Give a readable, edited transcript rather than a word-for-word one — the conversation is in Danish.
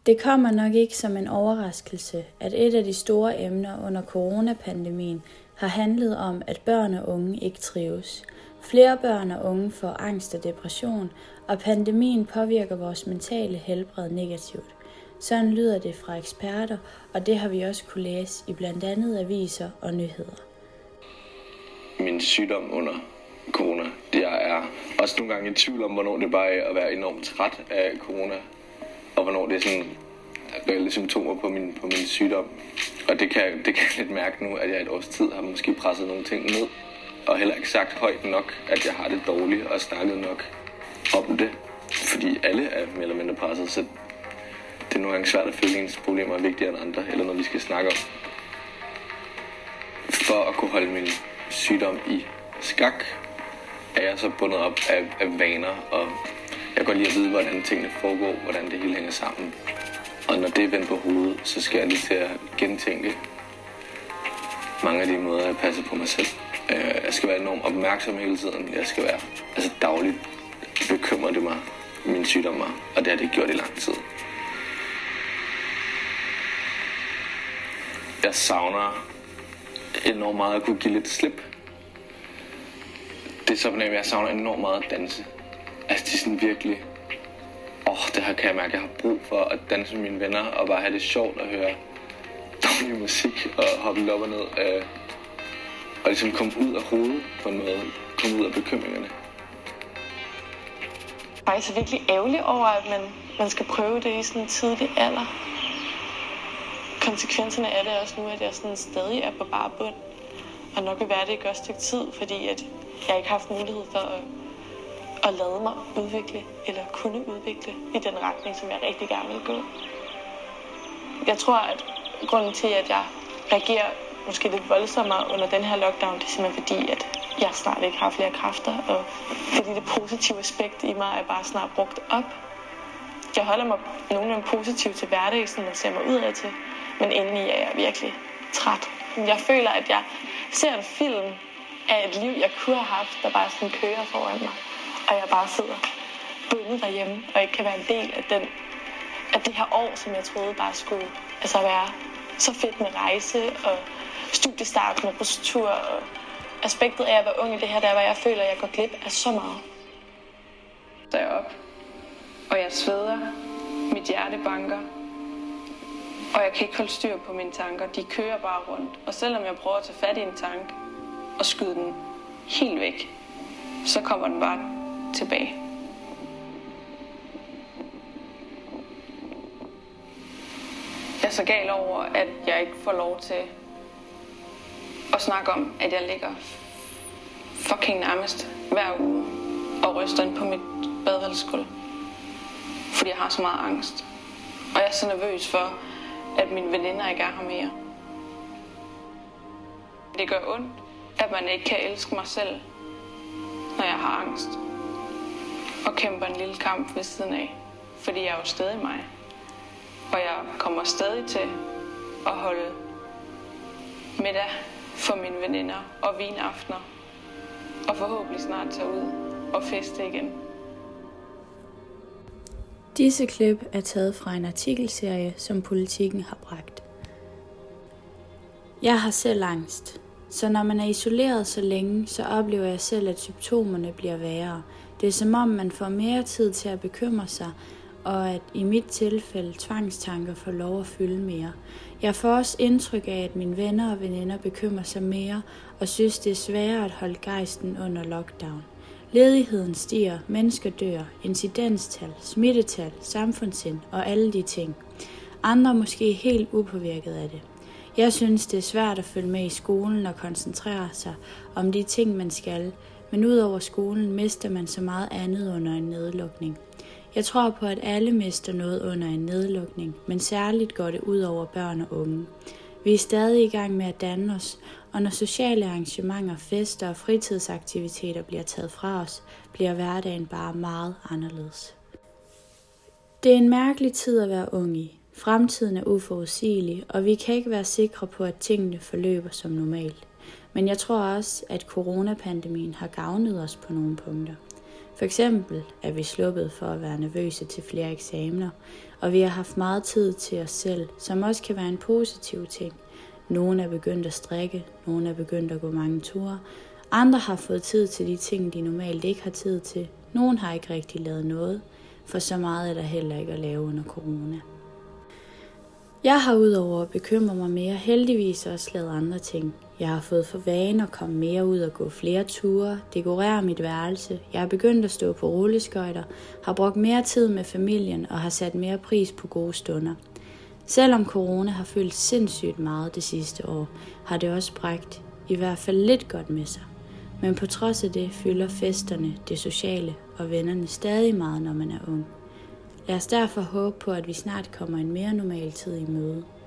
Det kommer nok ikke som en overraskelse, at et af de store emner under coronapandemien har handlet om, at børn og unge ikke trives. Flere børn og unge får angst og depression, og pandemien påvirker vores mentale helbred negativt. Sådan lyder det fra eksperter, og det har vi også kunne læse i blandt andet aviser og nyheder. Min sygdom under corona, jeg er også nogle gange i tvivl om, hvornår det bare er at være enormt træt af corona, og hvornår det er sådan reelle symptomer på min sygdom. Og det kan jeg lidt mærke nu, at jeg i et års tid har måske presset nogle ting ned, og heller ikke sagt højt nok, at jeg har det dårligt, og snakket nok om det. Fordi alle er mere eller mindre presset, så det er nogle gange svært at føle, at ens problemer er vigtigere end andre, eller noget vi skal snakke om. For at kunne holde min sygdom i skak, er jeg så bundet op af vaner, og jeg kan godt lide at vide, hvordan tingene foregår, hvordan det hele hænger sammen. Og når det er vendt på hovedet, så skal jeg lige til at gentænke mange af de måder, jeg passer på mig selv. Jeg skal være enormt opmærksom hele tiden. Jeg skal være dagligt bekymrer det mig, min sygdom mig, og det har det gjort i lang tid. Jeg savner enormt meget at kunne give lidt slip. Det er sådan, at jeg savner enormt meget at danse. Altså det er sådan virkelig, det her kan jeg mærke, at jeg har brug for at danse med mine venner og bare have det sjovt at høre dårlig musik og hoppe lidt op og ned. Og ligesom komme ud af hovedet på en måde, komme ud af bekymringerne. Jeg er faktisk virkelig ærgerlig over, at man skal prøve det i sådan en tidlig alder. Konsekvenserne af det er også nu, at jeg sådan stadig er på bare bund. Og nok vil være det et godt stykke tid, fordi at jeg ikke har haft mulighed for at lade mig udvikle, eller kunne udvikle i den retning, som jeg rigtig gerne vil gå. Jeg tror, at grunden til, at jeg reagerer måske lidt voldsommere under den her lockdown, det er simpelthen fordi, at jeg snart ikke har flere kræfter, og fordi det positive aspekt i mig er bare snart brugt op. Jeg holder mig nogenlunde positiv til hverdag, som man ser mig ud af til, men indeni er jeg virkelig træt. Jeg føler, at jeg ser en film af et liv, jeg kunne have haft, der bare sådan kører foran mig. Og jeg bare sidder bundet derhjemme, og ikke kan være en del af det her år, som jeg troede bare skulle være så fedt med rejse og studiestart med rustur og aspektet af at være ung i det her, der hvor jeg føler, at jeg går glip af så meget. Så jeg op, og jeg sveder, mit hjerte banker, og jeg kan ikke holde styr på mine tanker. De kører bare rundt, og selvom jeg prøver at tage fat i en tanke og skyde den helt væk, så kommer den bare tilbage. Jeg er så gal over, at jeg ikke får lov til at snakke om, at jeg ligger fucking nærmest hver uge og ryster ind på mit badeværelsesgulv, fordi jeg har så meget angst. Og jeg er så nervøs for, at mine veninder ikke er her mere. Det gør ondt, at man ikke kan elske mig selv, når jeg har angst. Og kæmper en lille kamp ved siden af, fordi jeg er jo stadig mig. Og jeg kommer stadig til at holde middag for mine veninder og vinaftener. Og forhåbentlig snart tage ud og feste igen. Disse klip er taget fra en artikelserie, som Politiken har bragt. Jeg har selv angst, så når man er isoleret så længe, så oplever jeg selv, at symptomerne bliver værre. Det er som om, man får mere tid til at bekymre sig, og at i mit tilfælde tvangstanker får lov at fylde mere. Jeg får også indtryk af, at mine venner og veninder bekymrer sig mere, og synes, det er sværere at holde gejsten under lockdown. Ledigheden stiger, mennesker dør, incidenstal, smittetal, samfundssind og alle de ting. Andre er måske helt upåvirket af det. Jeg synes, det er svært at følge med i skolen og koncentrere sig om de ting, man skal, men ud over skolen mister man så meget andet under en nedlukning. Jeg tror på, at alle mister noget under en nedlukning, men særligt går det ud over børn og unge. Vi er stadig i gang med at danne os, og når sociale arrangementer, fester og fritidsaktiviteter bliver taget fra os, bliver hverdagen bare meget anderledes. Det er en mærkelig tid at være ung i. Fremtiden er uforudsigelig, og vi kan ikke være sikre på, at tingene forløber som normalt. Men jeg tror også, at coronapandemien har gavnet os på nogle punkter. For eksempel er vi sluppet for at være nervøse til flere eksamener, og vi har haft meget tid til os selv, som også kan være en positiv ting. Nogle er begyndt at strikke, nogle er begyndt at gå mange ture, andre har fået tid til de ting, de normalt ikke har tid til. Nogle har ikke rigtig lavet noget, for så meget er der heller ikke at lave under corona. Jeg har udover at bekymre mig mere heldigvis også lavet andre ting. Jeg har fået for vane at komme mere ud og gå flere ture, dekorere mit værelse. Jeg har begyndt at stå på rulleskøjter, har brugt mere tid med familien og har sat mere pris på gode stunder. Selvom corona har følt sindssygt meget det sidste år, har det også bragt i hvert fald lidt godt med sig. Men på trods af det fylder festerne, det sociale og vennerne stadig meget, når man er ung. Lad os derfor håbe på, at vi snart kommer en mere normal tid i møde.